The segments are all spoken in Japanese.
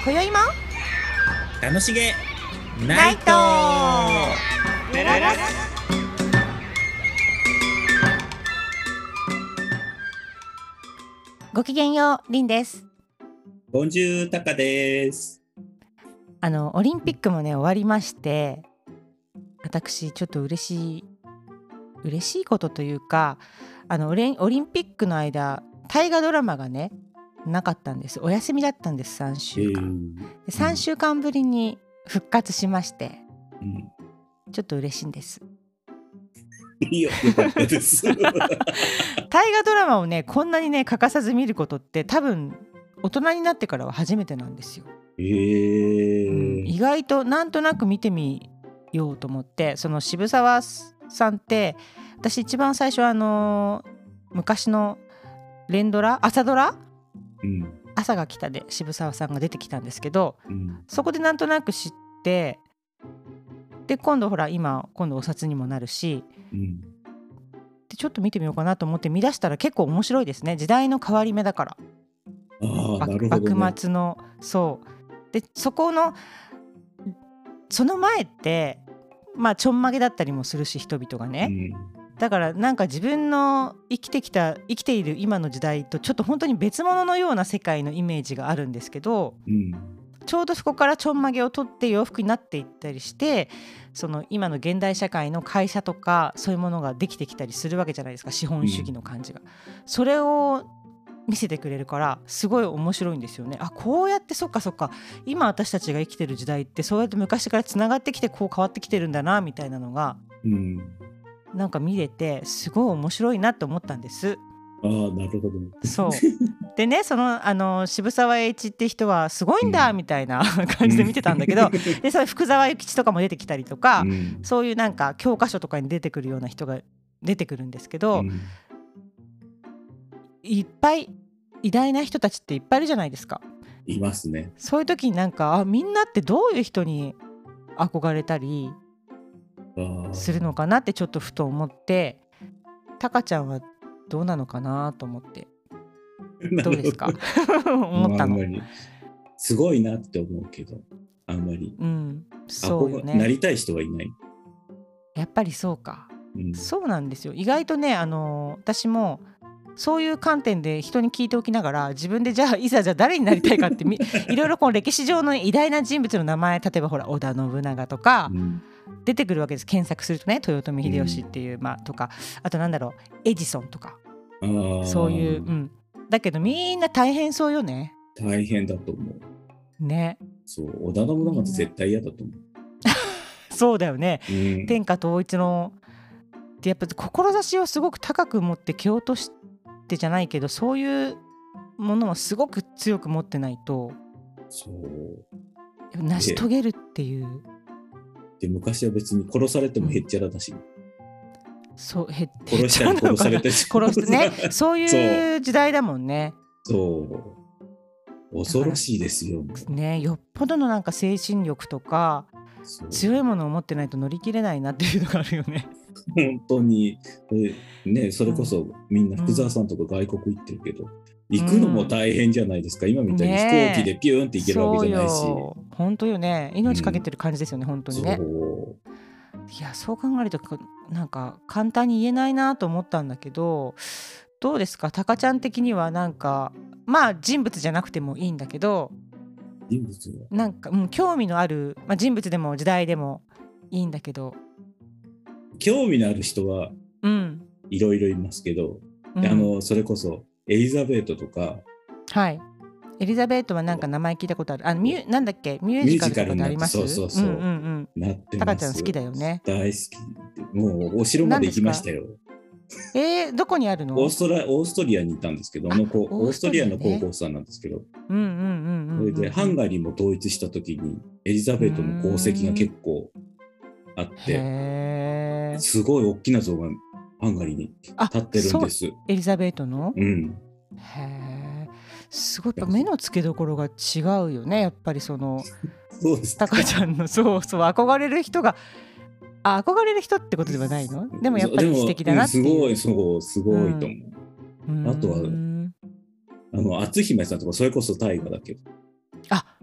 今宵も楽しげナイトナイトごきげんよう、りんです。 ボンジュータカです。 オリンピックもね終わりまして、私ちょっと嬉しいことというか、オリンピックの間大河ドラマがねなかったんです。お休みだったんです。3週間で3週間ぶりに復活しまして、ちょっと嬉しいんです。 よかったです大河ドラマをねこんなにね欠かさず見ることって多分大人になってからは初めてなんですよ。意外となんとなく見てみようと思って、その渋沢さんって私一番最初昔の連ドラ朝ドラ、朝が来たで渋沢さんが出てきたんですけど、そこでなんとなく知って、で今度お札にもなるし、でちょっと見てみようかなと思って見出したら結構面白いですね。時代の変わり目だから。 なるほどね。 幕末のそうで、その前ってちょんまげだったりもするし人々がね、だからなんか自分の生きている今の時代とちょっと本当に別物のような世界のイメージがあるんですけど、ちょうどそこからちょんまげを取って洋服になっていったりして、その今の現代社会の会社とかそういうものができてきたりするわけじゃないですか、資本主義の感じが、それを見せてくれるからすごい面白いんですよね。こうやってそっか今私たちが生きてる時代ってそうやって昔からつながってきてこう変わってきてるんだなみたいなのが、なんか見れてすごい面白いなと思ったんです。 なるほど。 そうでね、渋沢栄一って人はすごいんだみたいな感じで見てたんだけど、でそれ福沢諭吉とかも出てきたりとか、そういうなんか教科書とかに出てくるような人が出てくるんですけど、いっぱい偉大な人たちっていっぱいいるじゃないですか。 いますね。 そういう時になんかみんなってどういう人に憧れたりするのかなってちょっとふと思って、タカちゃんはどうなのかなと思って。どうですか思ったの。 すごいなって思うけど、あんまり、 そうよね、 なりたい人はいない。 やっぱりそうか、そうなんですよ。意外とね私もそういう観点で人に聞いておきながら、自分でじゃあ誰になりたいかっていろいろこう歴史上の偉大な人物の名前、例えばほら織田信長とか出てくるわけです。検索するとね、豊臣秀吉っていう、とか、あとなんだろう、エジソンとか、そういう、だけどみんな大変そうよね。 大変だと思うね。 そう織田信長って絶対嫌だと思うそうだよね、天下統一のでやっぱ志をすごく高く持って蹴落としてじゃないけど、そういうものをすごく強く持ってないと成し遂げるっていう。 で昔は別に殺されてもへっちゃらだし、 そう殺したり殺されたり殺してねそういう時代だもんね。 そう恐ろしいですよね。よっぽどのなんか精神力とか強いものを持ってないと乗り切れないなっていうのがあるよね。 本当にね、それこそみんな福沢さんとか外国行ってるけど、行くのも大変じゃないですか、今みたいに飛行機でピューンって行けるわけじゃないし。 本当よね、命かけてる感じですよね、本当にね。いや、そう考えるとなんか簡単に言えないなと思ったんだけど、どうですか、タカちゃん的には。なんか人物じゃなくてもいいんだけど、 人物はなんか、興味のある、人物でも時代でもいいんだけど。 興味のある人はいろいろいますけど、それこそエリザベートとか。 はい、エリザベートはなんか名前聞いたことある。なんだっけ、ミュージカルとかであります。 そう、なってます。 タカちゃん好きだよね。 大好き。もうお城まで行きましたよ。 どこにあるの？ オーストリアにいたんですけど、オーストリアの高校生なんですけど、それでハンガリーも統一した時にエリザベートの功績が結構あって、すごい大きな像がハンガリーに立ってるんです。 エリザベートの？すごい、やっぱ目の付けどころが違うよね、やっぱりそうですタカちゃんの憧れる人が憧れる人ってことではないの？でもやっぱり素敵だなっていう。 すごいと思う。あとは篤姫さんとかそれこそ大河だけど。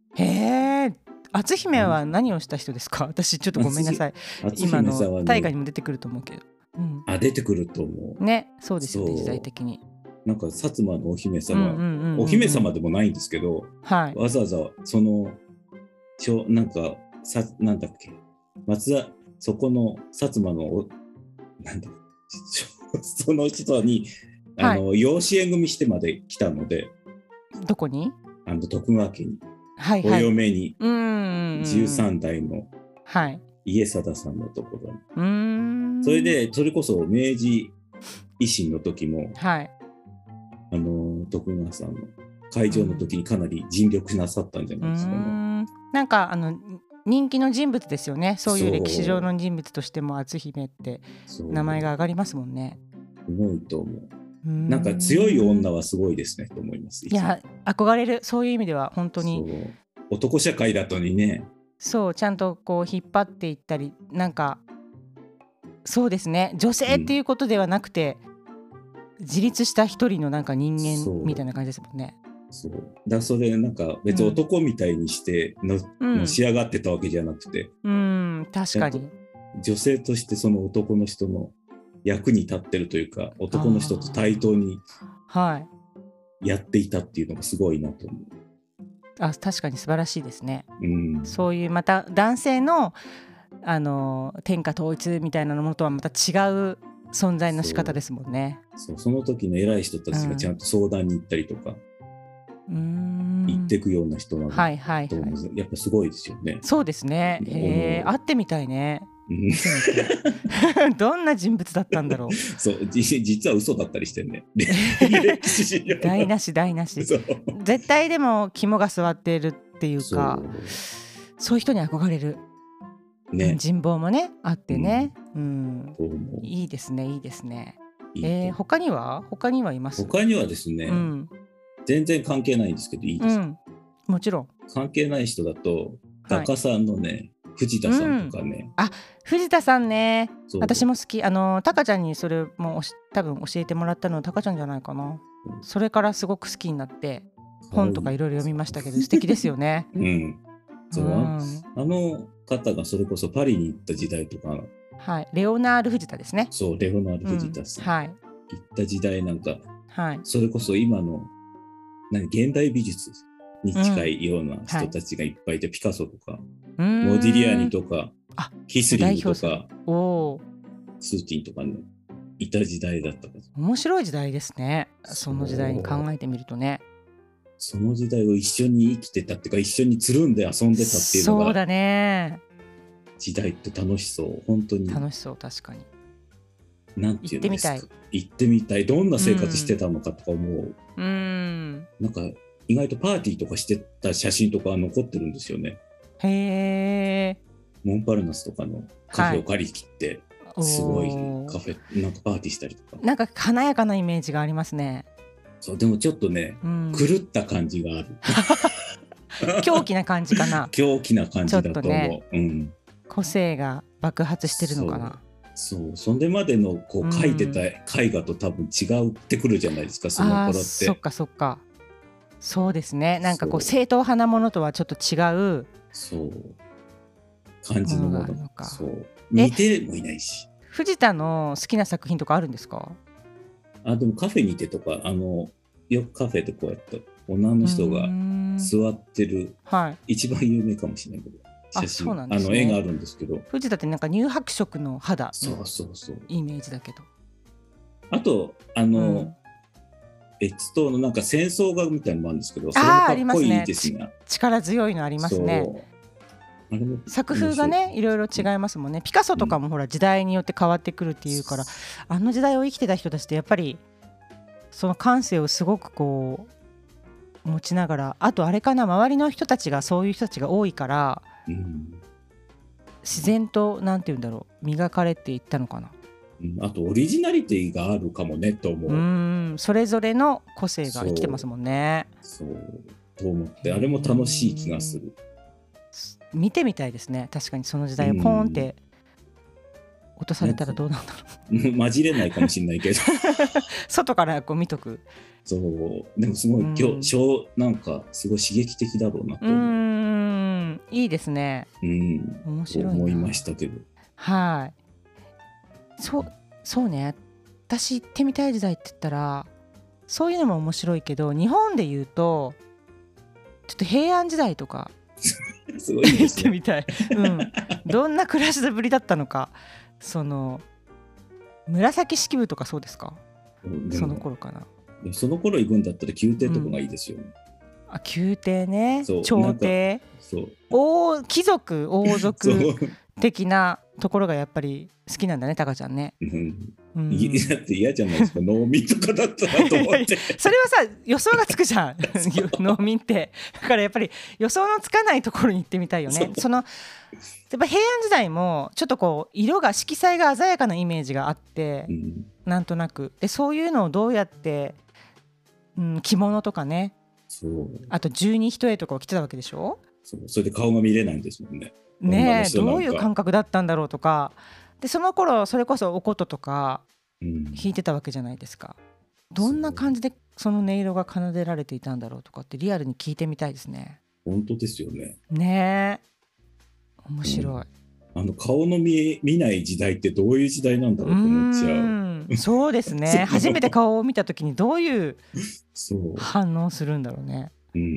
へえ。篤姫は何をした人ですか？私ちょっとごめんなさい。今の大河にも出てくると思うけど。 出てくると思う。 ね、そうですよね、時代的に。 なんか薩摩のお姫様、お姫様でもないんですけど、 はい、 わざわざそのなんかなんだっけ、そこの薩摩のなんだその人に養子縁組してまで来たので、 どこに？ 徳川家に、 はいはい、 お嫁に、13代の家定さんのところに、それでそれこそ明治維新の時も、はい、徳川さんの会場の時にかなり尽力なさったんじゃないですかね。 なんか人気の人物ですよね。そういう歴史上の人物としても篤姫って名前が上がりますもんね。 すごいと思う。なんか強い女はすごいですねと思います。 いや、憧れる。そういう意味では本当に男社会だとにね、 そうちゃんとこう引っ張っていったり、なんかそうですね、女性っていうことではなくて、自立した一人のなんか人間みたいな感じですもんね。 そうだ、それなんか別に男みたいにしてのし上がってたわけじゃなくて、 確かに女性としてその男の人の役に立ってるというか、男の人と対等にやっていたっていうのがすごいなと思う。 確かに素晴らしいですね。そういうまた男性の天下統一みたいなものとはまた違う存在の仕方ですもんね。 その時の偉い人たちがちゃんと相談に行ったりとか、行っていくような人なので、やっぱすごいですよね。 そうですね。会ってみたいね。どんな人物だったんだろう。 そう、実は嘘だったりしてね。 台無し絶対でも肝が据わっているっていうか、そういう人に憧れる。ね、人望もねあってね、いいですね、いいですね。他にはいます？ 他にはですね、全然関係ないんですけどいいですか？ もちろん。 関係ない人だと画家さんのね、藤田さんとかね。 藤田さんね、私も好き。タカちゃんにそれも多分教えてもらったのはタカちゃんじゃないかな。それからすごく好きになって本とかいろいろ読みましたけど、素敵ですよね。 方がそれこそパリに行った時代とか、 レオナール・藤田ですね。 そう、レオナール・藤田さん、行った時代なんか、それこそ今の現代美術に近いような人たちがいっぱいいて、ピカソとかモディリアーニとかヒスリングとかスーティンとかね、いた時代だったから。 面白い時代ですね。その時代に考えてみるとね。 その時代を一緒に生きてたっていうか、一緒につるんで遊んでたっていうのが、 そうだね、 時代って楽しそう。本当に楽しそう。確かになんていうんですか、行ってみたい。どんな生活してたのかとか思う。なんか意外とパーティーとかしてた写真とか残ってるんですよね。 へー。 モンパルナスとかのカフェを借り切って、すごいカフェなんかパーティーしたりとか、 なんか華やかなイメージがありますね。 そう、でもちょっとね、狂った感じがある。 狂気な感じかな。 狂気な感じだと思う。 個性が爆発してるのかな。 それまでのこう描いてた絵画と多分違ってくるじゃないですか、その頃って。 そっかそっか。そうですね。なんかこう正統派なものとはちょっと違う感じのものが似てもいないし。 藤田の好きな作品とかあるんですか？ でもカフェにてとか、よくカフェでこうやって女の人が座ってる、一番有名かもしれないけど、写真、絵があるんですけど、 藤田ってなんか乳白色の肌のイメージだけど、 あと越冬のなんか戦争画みたいなのもあるんですけど、それもかっこいいですね。 力強いのありますね。作風がねいろいろ違いますもんね。ピカソとかもほら時代によって変わってくるっていうから、あの時代を生きてた人たちってやっぱりその感性をすごくこう持ちながら、あとあれかな、周りの人たちがそういう人たちが多いから、自然となんていうんだろう、磨かれていったのかな。 あとオリジナリティがあるかもねと思う。 それぞれの個性が生きてますもんね。 そうと思って、あれも楽しい気がする。 見てみたいですね。確かにその時代をポーンって落とされたらどうなんだろう。 混じれないかもしれないけど外からこう見とく。 そう、でもすごいなんかすごい刺激的だろうなと思いいですね。面白いな。 思いましたけど。 はい。そうね。私行ってみたい時代って言ったらそういうのも面白いけど、日本で言うとちょっと平安時代とかすごいですね、 行ってみたい、どんな暮らしぶりだったのか。その紫式部とかそうですか？その頃かな。 その頃行くんだったら宮廷とかがいいですよね。 宮廷ね。朝廷、貴族王族的なところがやっぱぱり好きなんだね、タカちゃんね。 だって嫌じゃないですか、農民とかだったらと思ってそれはさ、予想がつくじゃん農民って。だからやっぱり予想のつかないところに行ってみたいよね。やっぱ平安時代もちょっとこう色が色彩が鮮やかなイメージがあって、なんとなくでそういうのをどうやって、着物とかね、あと十二一重とかを着てたわけでしょ。 それで顔が見れないんですもんね。 どういう感覚だったんだろうとかで、その頃それこそお琴とか弾いてたわけじゃないですか。どんな感じでその音色が奏でられていたんだろうとかってリアルに聞いてみたいですね。 本当ですよね。 ねえ、面白い。 顔の見ない時代ってどういう時代なんだろうと思っちゃう。 そうですね初めて顔を見た時にどういう反応するんだろうね。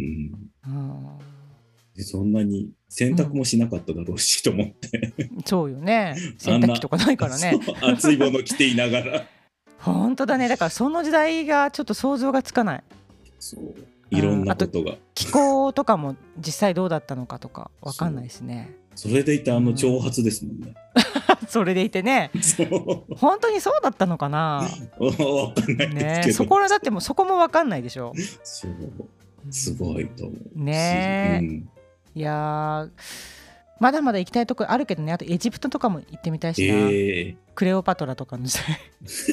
でそんなに洗濯もしなかっただろうし、と思ってそうよね、洗濯機とかないからね暑いもの着ていながら本当だね。だからその時代がちょっと想像がつかない。 いろんなことが、 気候とかも実際どうだったのかとか分かんないですね。 それでいて長髪ですもんねそれでいてね本当にそうだったのかな分かんないですけど、 そこらだってもそこも分かんないでしょ。 すごいと思うね。いやまだまだ行きたいとこあるけどね。あとエジプトとかも行ってみたいしな、クレオパトラとかの時代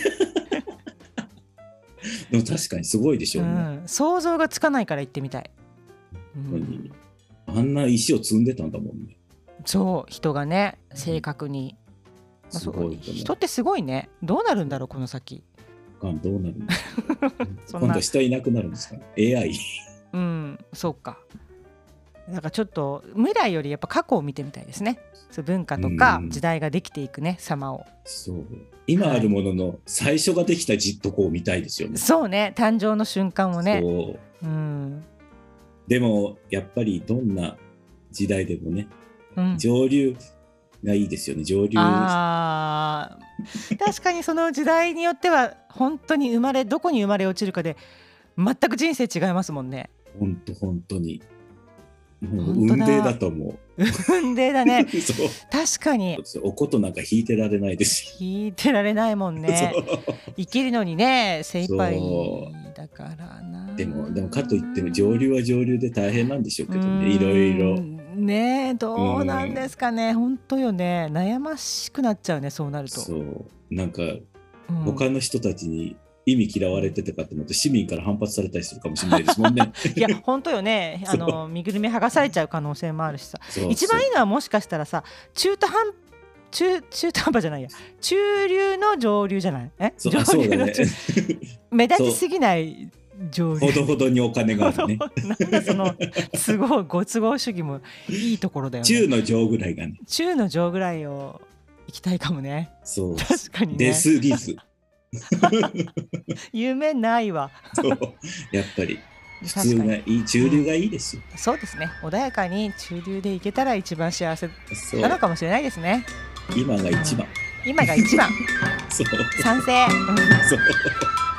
でも確かにすごいでしょうね、 想像がつかないから行ってみたい。 あんな石を積んでたんだもんね。 そう人がね、正確に、人ってすごいね。どうなるんだろうこの先。 どうなるんだ今度人いなくなるんですか AI そうか。なんかちょっと未来よりやっぱ過去を見てみたいですね。文化とか時代ができていくね様を。 今あるものの最初ができたとこを見たいですよね。 そうね、誕生の瞬間をね。 でもやっぱりどんな時代でもね、上流がいいですよね。上流。確かにその時代によっては本当にどこに生まれ落ちるかで全く人生違いますもんね。本当に運命だと思う。 運命だね確かに。 お琴なんか弾いてられないですし。 弾いてられないもんね生きるのにね精一杯だからな。 でもかといっても上流は上流で大変なんでしょうけどね、いろいろね。どうなんですかね。本当よね、悩ましくなっちゃうね、そうなると。なんか他の人たちに意味嫌われてたかと思って市民から反発されたりするかもしれないですもんねいや本当よね。身ぐるみ剥がされちゃう可能性もあるしさ。一番いいのはもしかしたらさ、中途半端じゃないや、中流の上流じゃない？上流の中流、目立ちすぎない上流、 ほどほどにお金があるねなんかそのご都合主義もいいところだよね。 中の上ぐらいがね。 中の上ぐらいを行きたいかもね。確かにね。 出過ぎず夢ないわやっぱり普通がいい、中流がいいですよ。 そうですね。穏やかに中流で行けたら一番幸せなのかもしれないですね。 今が一番今が一番そう賛成そう